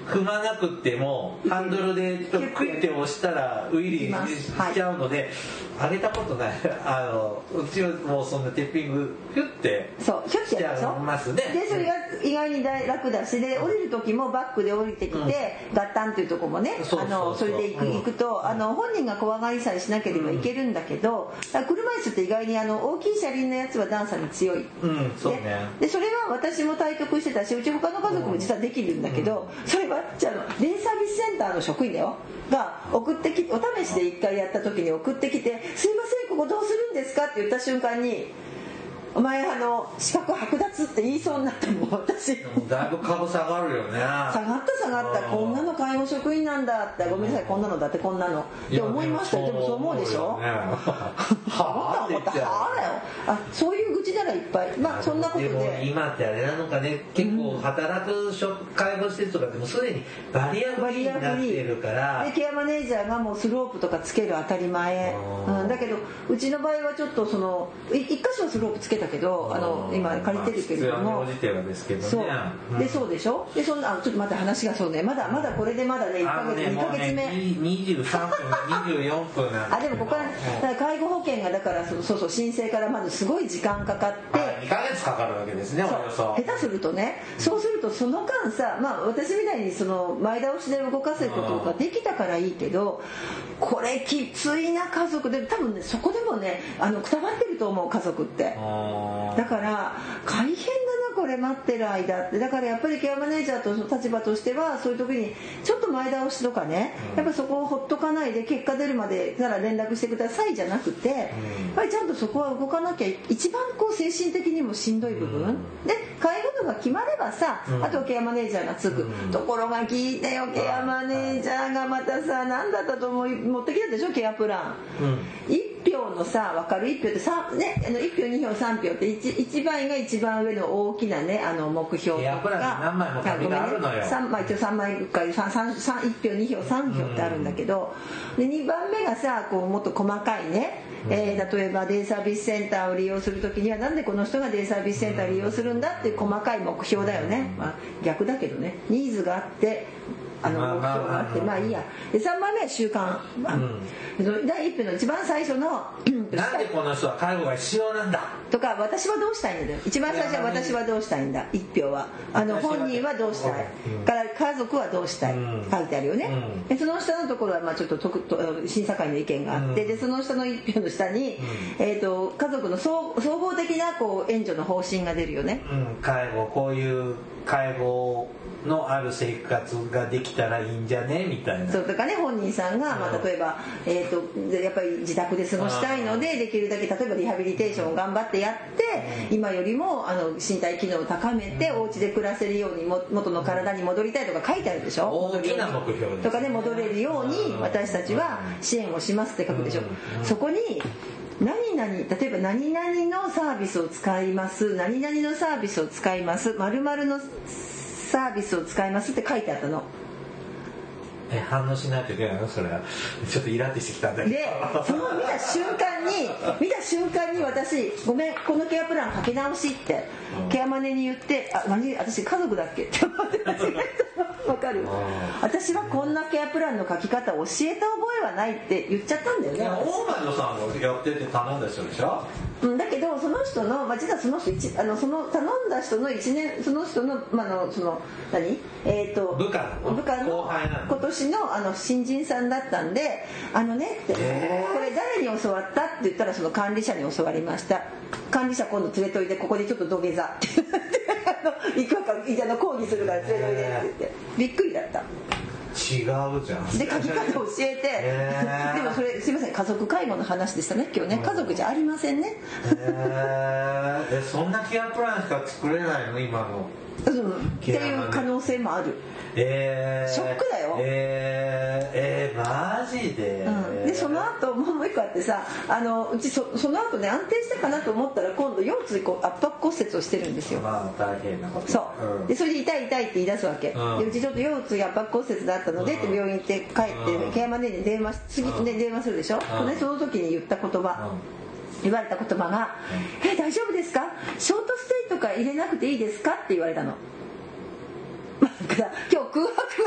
Speaker 1: 踏まなくってもハンドルでクイッて押したらウィリーしちゃうので、はい、上げたことないあのうちはもうそんなテッピングヒュッてしちゃいますね。
Speaker 2: でそれが意外に楽だしで降りる時もバックで降りてきて、うん、ガッタンっていうとこもねそれで行く、うん、行くとあの本人が怖がりさえしなければいけるんだけど、うん、車椅子って意外にあの大きい車輪のやつは段差に強い、
Speaker 1: うんそうね、
Speaker 2: で, でそれは私も体得してたしうち他の家族も実はできるんだけど、うん、それはじゃあデイサービスセンターの職員だよが送ってきお試しでいっかいやった時に送ってきて「すいませんここどうするんですか?」って言った瞬間にお前あの資格剥奪って言いそうになったもん私。
Speaker 1: だいぶ株下がるよね。
Speaker 2: 下がった下がった、こんなの介護職員なんだって、ごめんなさいこんなのだってこんなのって思いましたよ。でもそう思うでしょ。はあって言ってはあだよ。あそういう愚痴ならいっぱい。まあそんなことで。でも
Speaker 1: 今ってあれなのかね、結構働く介護施設とかでもすでにバリアフリーになってるから。
Speaker 2: でケアマネージャーがもうスロープとかつける当たり前。うん、だけどうちの場合はちょっとその一箇所はスロープつけたけどあの今借りてるけれども、
Speaker 1: まあ、必要に応じてはですけどね。
Speaker 2: そうでそうでしょ。でそんなちょっとまた話がそうねまだまだこれでまだねいっかげつ、ね、にかげつめ、ね、
Speaker 1: にじゅうさんぷんにじゅうよんぷんなん
Speaker 2: あでもここから介護保険がだからそうそう申請からまずすごい時間かかって
Speaker 1: にかげつかかるわけですね。およそ
Speaker 2: 下手するとね、そうするとその間さ、まあ私みたいにその前倒しで動かせることができたからいいけど、これきついな家族で多分ねそこでもねあのくたばってると思う家族って。だから大変だなこれ待ってる間って。だからやっぱりケアマネージャーとの立場としてはそういう時にちょっと前倒しとかね、やっぱそこをほっとかないで結果出るまでなら連絡してくださいじゃなくて、やっぱりちゃんとそこは動かなきゃ一番こう精神的にもしんどい部分で介護度が決まればさ、あとケアマネージャーがつく、ところが聞いてよケアマネージャーがまたさ何だったと思い持ってきたでしょケアプラン、いっ票のさ分かるいっ票ってさ、ね、あのいっ票に票さん票って 1, 一番が一番上の大きなねあの目標とか
Speaker 1: ケアプランに何枚も紙があるのよ。
Speaker 2: さんまい一応さんまいかいっ票に票さん票ってあるんだけど、でにばんめがさこうもっと細かいね、えー、例えばデイサービスセンターを利用するときにはなんでこの人がデイサービスセンターを利用するんだっていう細かい目標だよね、まあ、逆だけどねニーズがあってあの目標があってまあいいや。でさんばんめは習慣、うん、だいいっ票の一番最初の
Speaker 1: なんでこの人は介護が必要なんだ
Speaker 2: とか私はどうしたいんだよ。一番最初は私はどうしたいんだいっ票はあの本人はどうしたい、うん、から家族はどうしたい、うん、書いてあるよね、うん、でその下のところはまあちょっととと審査会の意見があって、うん、でその下のいっ票の下に、うんえー、と家族の総総合的なこう援助の方針が出るよね、
Speaker 1: うん、介護こういう介護のある生活ができたらいいんじゃねみたいな。
Speaker 2: そうとかね本人さんが、まあ、例えば、えー、とやっぱり自宅で過ごしたいのでできるだけ例えばリハビリテーションを頑張ってやって今よりもあの身体機能を高めてお家で暮らせるようにも元の体に戻りたいとか書いてあるでしょ。
Speaker 1: 大きな目標です、ね、
Speaker 2: とかね戻れるように私たちは支援をしますって書くでしょ。そこに何々例えば何々のサービスを使います何々のサービスを使います〇〇のサービスを使いますって書いてあったの。
Speaker 1: え反応しないといけないのそれはちょっとイラってしてきたんだけど
Speaker 2: でその見た瞬間に見た瞬間に私ごめんこのケアプラン書き直しって、うん、ケアマネに言ってあ何私家族だっけって思って間違えたわかる、うん、私はこんなケアプランの書き方を教えた覚えはないって言っちゃったんだよね。
Speaker 1: 大前野さんもやってて頼んだ人でしょ。
Speaker 2: うん、だけどその人の、まあ、実はその人一あのその頼んだ人の一年その人の、まあ、のその何えっ、ー、と
Speaker 1: 部下の
Speaker 2: 部下の今年のあの新人さんだったんであのねって、えー、これ誰に教わったって言ったらその管理者に教わりました。管理者今度連れといてここでちょっと土下座って言って行くかあの講義するから連れといてって言ってびっくりだった。
Speaker 1: 違うじゃん
Speaker 2: で書き方教えて、えー、でもそれすいません家族介護の話でしたね今日ね、家族じゃありませんね、
Speaker 1: えー、えそんなケアプランしか作れないの今の、
Speaker 2: うん、っていう可能性もある。
Speaker 1: えー、
Speaker 2: ショックだよ。
Speaker 1: えー、えー、マジで、
Speaker 2: うん、でその後もう一個あってさあのうち そ, その後ね安定したかなと思ったら今度腰椎こう圧迫骨折をしてるんですよ。
Speaker 1: まあ大変なこと。
Speaker 2: そう、うん、でそれで痛い痛いって言い出すわけ、うん、でうちちょっと腰椎圧迫骨折だったので、うん、って病院行って帰って、うん、ケアマネに電話次、うん、で電話するでしょ、うんでその時に言った言葉、うん、言われた言葉が、うん、え大丈夫ですかショートステイとか入れなくていいですかって言われたの。今日空白が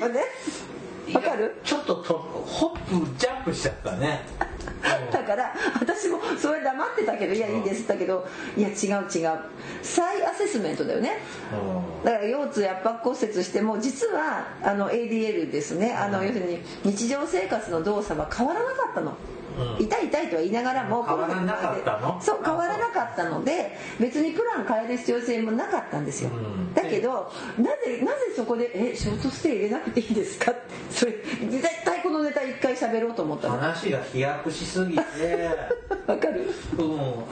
Speaker 2: よね。わかる？
Speaker 1: ちょっととホップジャンプしちゃったね。
Speaker 2: だから私もそれ黙ってたけど、いやいいですだけど、いや違う違う、再アセスメントだよね。だから腰痛圧迫骨折しても実はあの エーディーエル ですね、あの要するに日常生活の動作は変わらなかったの。うん、痛い痛いとは言いながらも
Speaker 1: 変わらなかったの？
Speaker 2: そう変わらなかったので別にプラン変える必要性もなかったんですよ、うん、だけどなぜなぜそこでえショートステイ入れなくていいですかって、それ絶対このネタ一回喋ろうと思ったの。
Speaker 1: 話が飛躍しすぎて
Speaker 2: わかる？
Speaker 1: うん、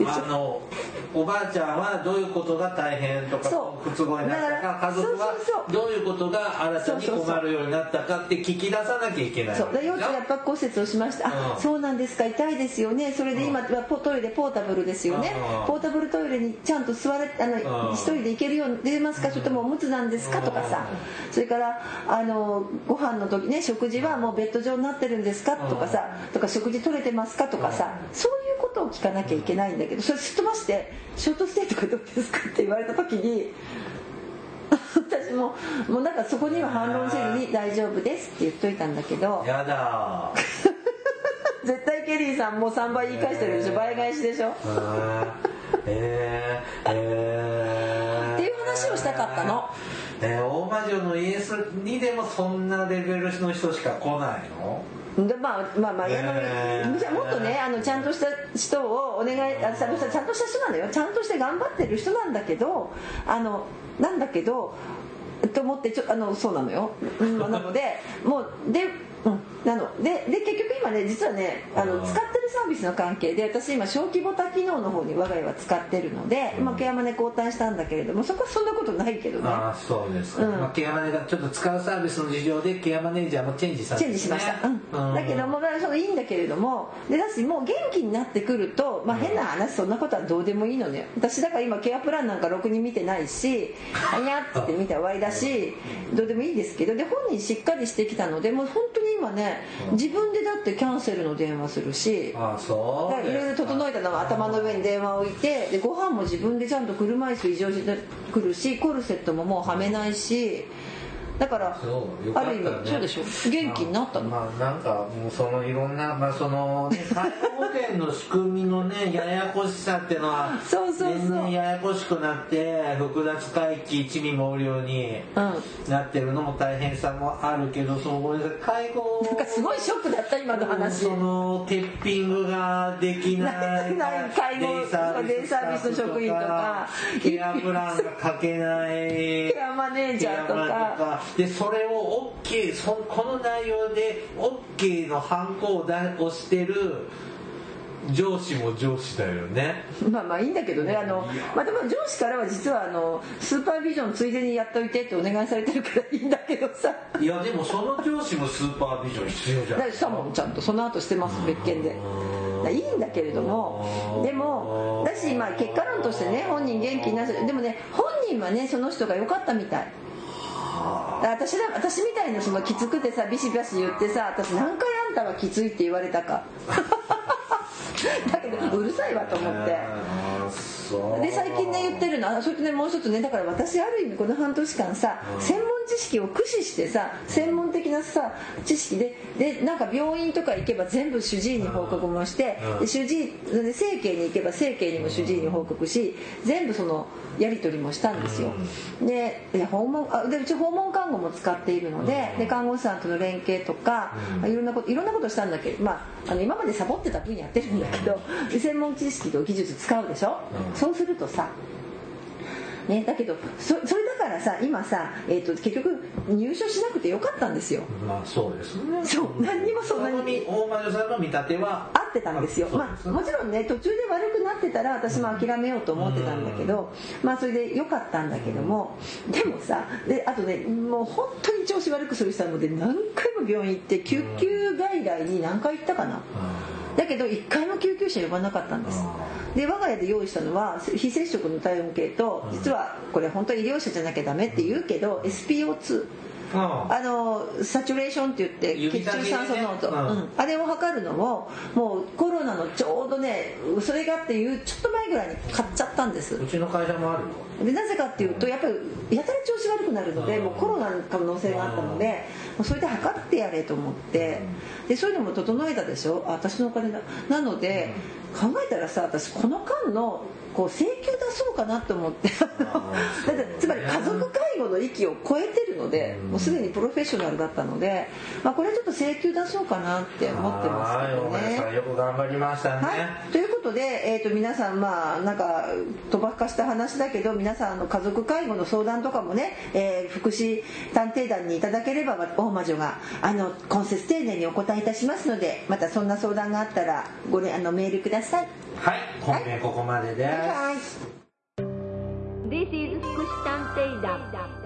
Speaker 1: あのおばあちゃんはどういうことが大変とか不都合になったか、家族はどういうことが新たに困るようになったかって聞き出さなきゃいけない。
Speaker 2: そうで腰痛圧迫骨折をしました、うん、あそうなんですか、痛いですよね、それで今はトイレポータブルですよね、うん、ポータブルトイレにちゃんと座れあの、うん、一人で行けるように出ますか、それともおむつなんですかとかさ、それからあのご飯の時ね、食事はもうベッド上になってるんですかとかさ、とか食事取れてますかとかさ、そういうことを聞かなきゃいけないんだけど、それすっ飛ばしてショートステイとかどうですかって言われた時に私ももうなんかそこには反論せずに大丈夫ですって言っといたんだけど、
Speaker 1: やだ
Speaker 2: 絶対ケリーさんもうさんばい言い返してるでしょ、倍返しでしょ
Speaker 1: えー、えー、
Speaker 2: っていう話をしたかったの。
Speaker 1: えー、大魔女のイエスにでもそんなレベルの人しか来ないの？
Speaker 2: でまあまあまあ、えー、じゃあもっとねあのちゃんとした人をお願い、あちゃんとした人なんだよ、ちゃんとして頑張ってる人なんだけど、あのなんだけどと思ってちょあのそうなのよ、うん、なのでもうでうん、なの で, で結局今ね実はねあの使ってるサービスの関係で私今小規模多機能の方に我が家は使ってるので、うん、まあ、ケアマネ交代したんだけれどもそこはそんなことないけどね。
Speaker 1: ああそうですか、うん、まあ、ケアマネがちょっと使うサービスの事情でケアマネージャーもチェンジされて、ね、
Speaker 2: チェンジしました、うんうん、だけどもそのいいんだけれどもでだしもう元気になってくると、まあ、変な話そんなことはどうでもいいのね。私だから今ケアプランなんかろくに見てないしあにゃっつって見て終わりだしどうでもいいですけど、で本人しっかりしてきたのでもう本当に今ね自分でだってキャンセルの電話するし、
Speaker 1: ああそう
Speaker 2: いろいろ整えたのは頭の上に電話を置いて、でご飯も自分でちゃんと車椅子移乗してくるし、コルセットももうはめないし、だからある意味そうでしょ、元気になったの。
Speaker 1: まあ、まあ、なんかもうそのいろんな、まあそのね、介護保険の仕組みのねややこしさっていうのは年々ややこしくなって複雑回帰一味もおるようになってるのも大変さもあるけど、そのごめんなさい介護
Speaker 2: なんかすごいショックだった今の話。
Speaker 1: そのテッピングができない
Speaker 2: 介護デイサービスの職員とか
Speaker 1: ケアプランが書けない
Speaker 2: ケアマネージャーとか
Speaker 1: でそれを OK そこの内容で OK のハンコを押してる上司も上司だよね。
Speaker 2: まあまあいいんだけどね、あの、まあ、でも上司からは実はあのスーパービジョンついでにやっといてってお願いされてるからいいんだけどさ。
Speaker 1: いやでもその上司もスーパービジョン必要じゃないですか。
Speaker 2: だからさもちゃんとその後してます別件で。いいんだけれども、でもだし、まあ、結果論としてね本人元気になる。でもね本人はねその人が良かったみたい。私だ私みたいなそのきつくてさビシバシ言ってさ、私何回あんたはきついって言われたかだけどうるさいわと思ってで最近ね言ってるのはそれとねもう一つね、だから私ある意味この半年間さ専門知識を駆使してさ専門的なさ知識ででなんか病院とか行けば全部主治医に報告もしてで主治医で整形に行けば整形にも主治医に報告し全部そのやり取りもしたんですよ。で訪問あでうち訪問看護も使っているので、で看護師さんとの連携とか、まあ、いろんなこといろんなことしたんだけど、まあ、あの今までサボってた分やってるんだけど専門知識と技術使うでしょ、うん、そうするとさね、だけど そ, それだからさ今さ、えー、と結局入所しなくてよかったんですよ。
Speaker 1: まあそうですね。
Speaker 2: そう何にもそんなに
Speaker 1: 大魔女さんの見立ては
Speaker 2: 合ってたんですよ。まあ、もちろんね途中で悪くなってたら私も諦めようと思ってたんだけど、まあそれでよかったんだけども、でもさであとねもう本当に調子悪くする人なので何回も病院行って救急外来に何回行ったかな。だけどいっかいも救急車呼ばなかったんです。で我が家で用意したのは非接触の体温計と、実はこれ本当に医療者じゃなきゃダメって言うけど エスピーオーツー、あのサチュレーションって言って血中酸素濃度、うんうん、あれを測るのをもうコロナのちょうどねそれがっていうちょっと前ぐらいに買っちゃったんです。
Speaker 1: うちの会社もあるの
Speaker 2: でなぜかっていうとやっぱりやたら調子悪くなるので、もうコロナの可能性があったのでうそれで測ってやれと思ってでそういうのも整えたでしょあ私のお金だなので考えたらさ私この間のこう請求出そうかなと思ってだってつまり家族介護の域を超えてるのでもうすでにプロフェッショナルだったので、まあ、これちょっと請求出そうかなって思ってますけどね。
Speaker 1: はい、お前さんよく頑張りましたね、
Speaker 2: はい、ということで、えー、と皆さんまあなんか賭博化した話だけど皆さんの家族介護の相談とかもね、えー、福祉探偵団にいただければ大魔女があの今節丁寧にお答えいたしますのでまたそんな相談があったらごれあのメールください。
Speaker 1: はい、本編ここまでです、
Speaker 2: はい、
Speaker 3: This is 福祉探偵団。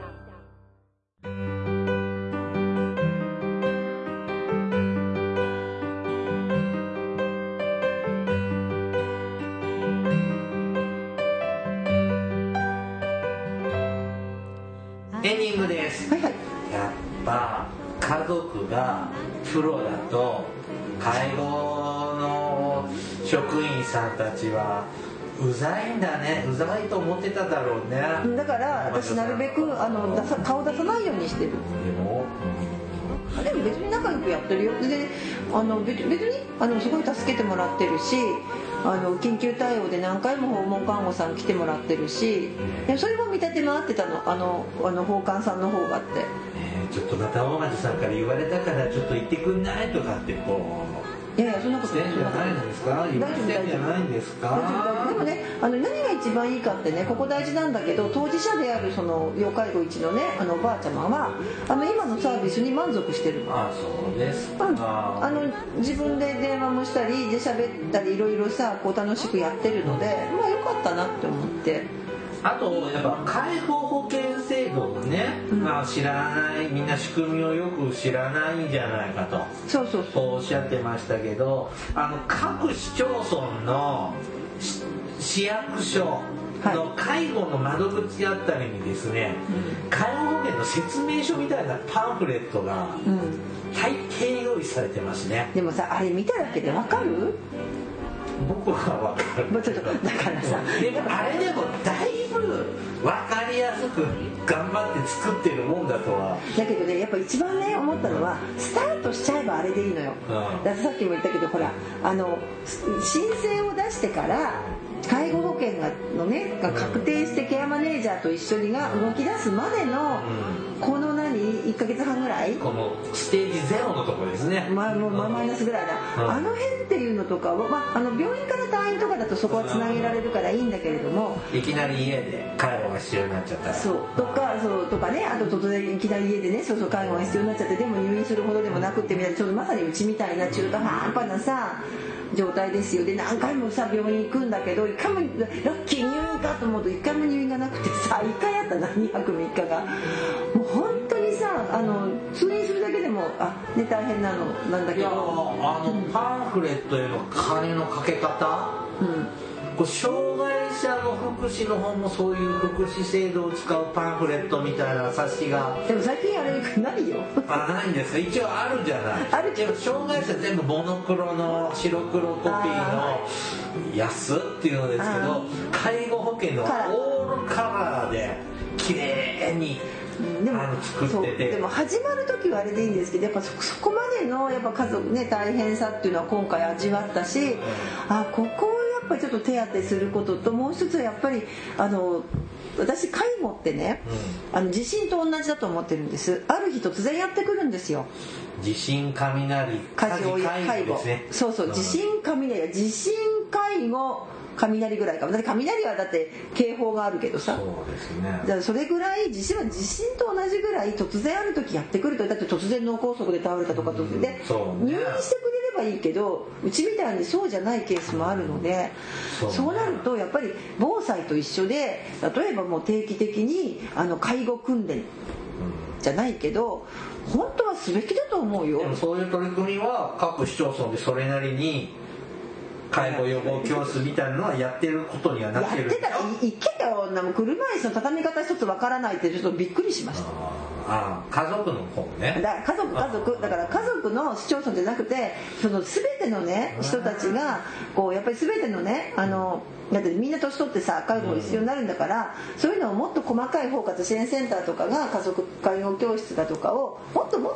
Speaker 1: エンディングです、
Speaker 2: はいはい、
Speaker 1: やっぱ家族がプロだと介護の職員さんたちはうざいんだねうざいと思ってただろうね。
Speaker 2: だから私なるべくあの出さ顔出さないようにしてる。
Speaker 1: でも
Speaker 2: でも別に仲良くやってるよであの 別, 別にあのすごい助けてもらってるしあの緊急対応で何回も訪問看護さん来てもらってるしでそれも見立て回ってたのあのあの訪看さんの方があって、
Speaker 1: えー、ちょっとまた大町さんから言われたからちょっと行ってくんないとかってこう
Speaker 2: いやいやそんなこと
Speaker 1: してんじゃないんですか言われてんじゃないんですか。
Speaker 2: でもねあの何が一番いいかってねここ大事なんだけど当事者であるその要介護いちのねあのおばあちゃまはあの今のサービスに満足してるの。
Speaker 1: ああそうですか、うん、
Speaker 2: あの自分で電話もしたりで喋ったりいろいろさこう楽しくやってるのでまあよかったなって思って。
Speaker 1: あとやっぱ介護保険制度をね、うんまあ、知らないみんな仕組みをよく知らないんじゃないかと
Speaker 2: そうそうそう
Speaker 1: おっしゃってましたけどあの各市町村の市役所の介護の窓口あたりにですね、うん、介護保険の説明書みたいなパンフレットが大抵用意されてますね、
Speaker 2: うん、でもさあれ見ただけでわかる？
Speaker 1: 僕は分かる。
Speaker 2: もうちょっとだからさ
Speaker 1: でもあれでもだいぶ分かりやすく頑張って作ってるもんだとは。
Speaker 2: だけどねやっぱ一番ね思ったのはスタートしちゃえばあれでいいのよ、うん、だからさっきも言ったけどほらあの申請を出してから介護保険がのねが確定してケアマネージャーと一緒にが動き出すまでの、うん、この何いっかげつはんぐらい
Speaker 1: このステージゼロのところですね、
Speaker 2: まあ、もうマイナスぐらいだ、うん、あの辺っていうのとかは、まあ、あの病院から退院とかだとそこはつなげられるからいいんだけれども
Speaker 1: いきなり家で介護が必要になっちゃったら
Speaker 2: そうとかそうとかねあと突然いきなり家でねそうそう介護が必要になっちゃってでも入院するほどでもなくってみたいなちょっとまさにうちみたいな中途半端なさ状態ですよで何回もさ病院行くんだけど一回もラッキー入院かと思うと一回も入院がなくてさいっかいあったなにはくみっかがもう本当にさあの通院するだけでもあ、ね、大変なのなんだけど
Speaker 1: いやあの、うん、パンフレットへの金のかけ方、うんこう障害者の福祉の方もそういう福祉制度を使うパンフレットみたいな冊子が
Speaker 2: でも最近あれないよ
Speaker 1: あないんですか一応あるじゃない
Speaker 2: ある
Speaker 1: でも障害者全部モノクロの白黒コピーの安っていうのですけど介護保険のオールカラーで綺麗に
Speaker 2: でも
Speaker 1: 作ってて
Speaker 2: でも始まる時はあれでいいんですけどやっぱ そ, そこまでのやっぱ家族ね大変さっていうのは今回味わったし、うん、あここをやっぱりちょっと手当てすることともう一つはやっぱりあの私介護ってね、うん、あの地震と同じだと思ってるんですある日突然やってくるんですよ
Speaker 1: 地震雷
Speaker 2: 火事介護ですねそうそう、うん、地震雷地震介護雷ぐらいかもだって雷はだって警報があるけどさ
Speaker 1: そうですね
Speaker 2: だからそれぐらい地震は地震と同じぐらい突然ある時やってくるとだって突然脳梗塞で倒れたとかと、うん、で、そうね、入院してくれればいいけどうちみたいにそうじゃないケースもあるので、うん、そうね、そうなるとやっぱり防災と一緒で例えばもう定期的にあの介護訓練じゃないけど本当はすべきだと思うよ。
Speaker 1: でもそういう取り組みは各市町村でそれなりに介護予防教室みたいなのはやってることにはなってる。
Speaker 2: やってたら一軒よ車椅子の畳み方一つわからないってちょっとびっくりしました。
Speaker 1: ああ家族の方ね。
Speaker 2: だから家族家族だから家族の市町村じゃなくてその全てのね人たちがこうやっぱり全てのねあのだってみんな年取ってさ介護が必要になるんだから、うん、そういうのをもっと細かい包括支援センターとかが家族介護教室だとかをもっともっと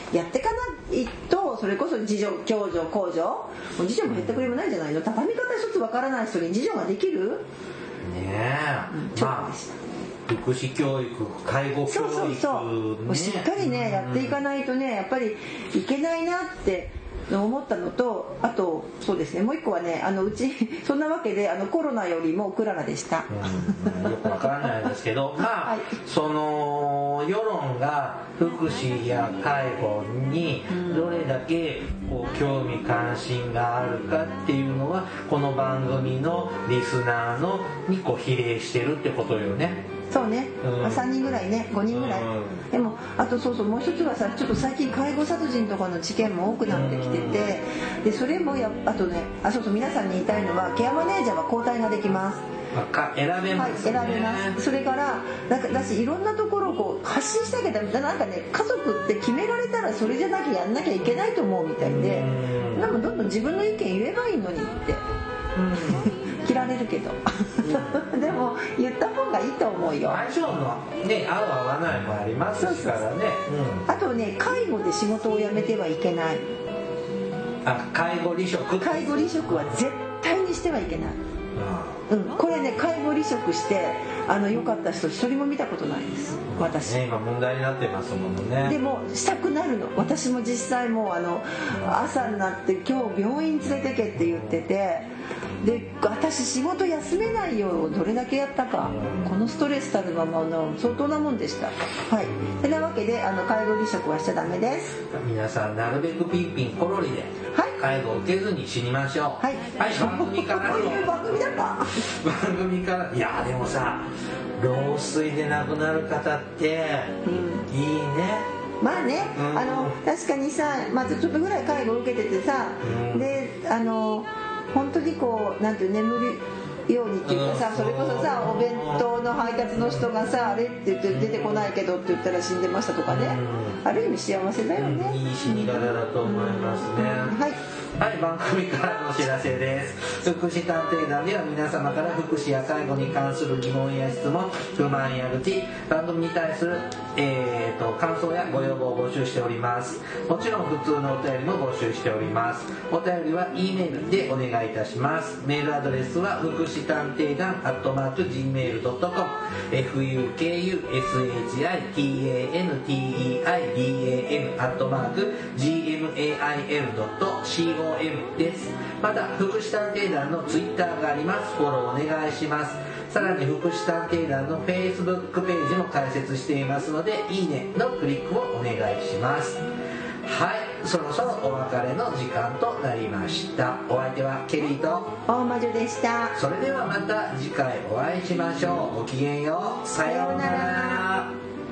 Speaker 2: やっていかないと、それこそ自助共助公助、もう自助も減ったくれもないんじゃないの。畳み方一つわからない人に自助ができる
Speaker 1: ねえ、
Speaker 2: うん、ちょっとでした、まあ、
Speaker 1: 福祉教育、介護教育、
Speaker 2: そうそうそう、ね、しっかりねやっていかないとね、やっぱりいけないなって思ったのと、あとそうですね、もう一個はね、あのうちそんなわけであのコロナよりもクララでした、
Speaker 1: うん、よくわからないですけどまあ、はい、その世論が福祉や介護にどれだけこう興味関心があるかっていうのはこの番組のリスナーのにこう比例してるってことよね。
Speaker 2: そうね、うん、さんにんぐらいね、ごにんぐらい、うん、でもあとそうそう、もう一つはさ、ちょっと最近介護殺人とかの事件も多くなってきてて、でそれもやあとね、あそうそう、皆さんに言いたいのはケアマネージャーは交代ができます。
Speaker 1: 選べますね、
Speaker 2: はい、選べます。それからなんかだし、いろんなところをこう発信してあげたら、なんかね、家族って決められたらそれじゃなきゃやんなきゃいけないと思うみたいで、なんかどんどん自分の意見言えばいいのにって、うん、切られるけどでも言った方がいいと思うよ。
Speaker 1: 相性のね、合う合わないもありますからね。そうそうそう、
Speaker 2: うん、あとね、介護で仕事を辞めてはいけない。
Speaker 1: あ、介護離職、
Speaker 2: 介護離職は絶対にしてはいけない。うん、これね、介護離職してあの良かった人一人も見たことないです、私、
Speaker 1: ね、今問題になってますもんね。
Speaker 2: でもしたくなるの。私も実際もうあの朝になって今日病院連れてけって言ってて、で私仕事休めないようどれだけやったか、このストレスたるままの相当なもんでした。はい、てなわけであの介護離職はしちゃダメです。
Speaker 1: 皆さんなるべくピンピンコロリで介護を受けずに死にましょう。はい、はい、番組からの
Speaker 2: こういう番組だった
Speaker 1: 番組から、いやでもさ、老衰で亡くなる方って、うん、いいね。
Speaker 2: まあね、うん、あの確かにさ、まずちょっとぐらい介護を受けててさ、うん、であの本当にこうなんていう眠るようにっていうかさ、それこそさ、お弁当の配達の人がさ、あれって言って出てこないけどって言ったら死んでましたとかね、ある意味幸せだよね。
Speaker 1: いい死に方だと思いますね。はいはい、番組からのお知らせです。福祉探偵団では皆様から福祉や介護に関する疑問や質問、不満や愚痴、番組に対する、えー、と感想やご要望を募集しております。もちろん普通のお便りも募集しております。お便りは E メールでお願いいたします。メールアドレスは福祉探偵団アットマーク ジーメールドットコム フククエスエイチアイティーエーエヌティーイーアイディーエーエヌ アットマーク ジーエムエーアイエルドットコムです。また福祉探偵団のツイッターがあります。フォローお願いします。さらに福祉探偵団の Facebook ページも開設していますので、いいねのクリックをお願いします。はい、そろそろお別れの時間となりました。お相手はケリーと
Speaker 2: 大魔女でした。
Speaker 1: それではまた次回お会いしましょう。ごきげんよう。さようなら。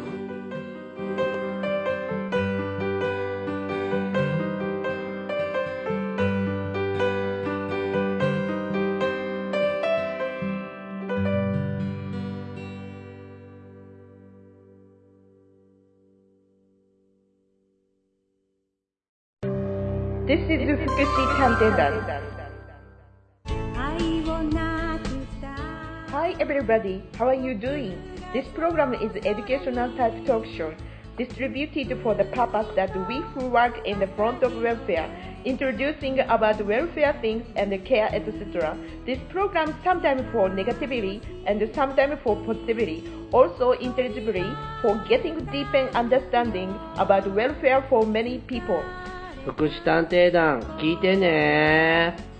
Speaker 4: This is 福祉探偵団。Hi everybody, how are you doing? This program is an educational type talk show distributed for the purpose that we who work in the front of welfare, introducing about welfare things and care, et cetera. This program sometimes for negativity and sometimes for positivity, also intelligibly for getting deeper understanding about welfare for many people.
Speaker 5: 福祉探偵団聞いてね。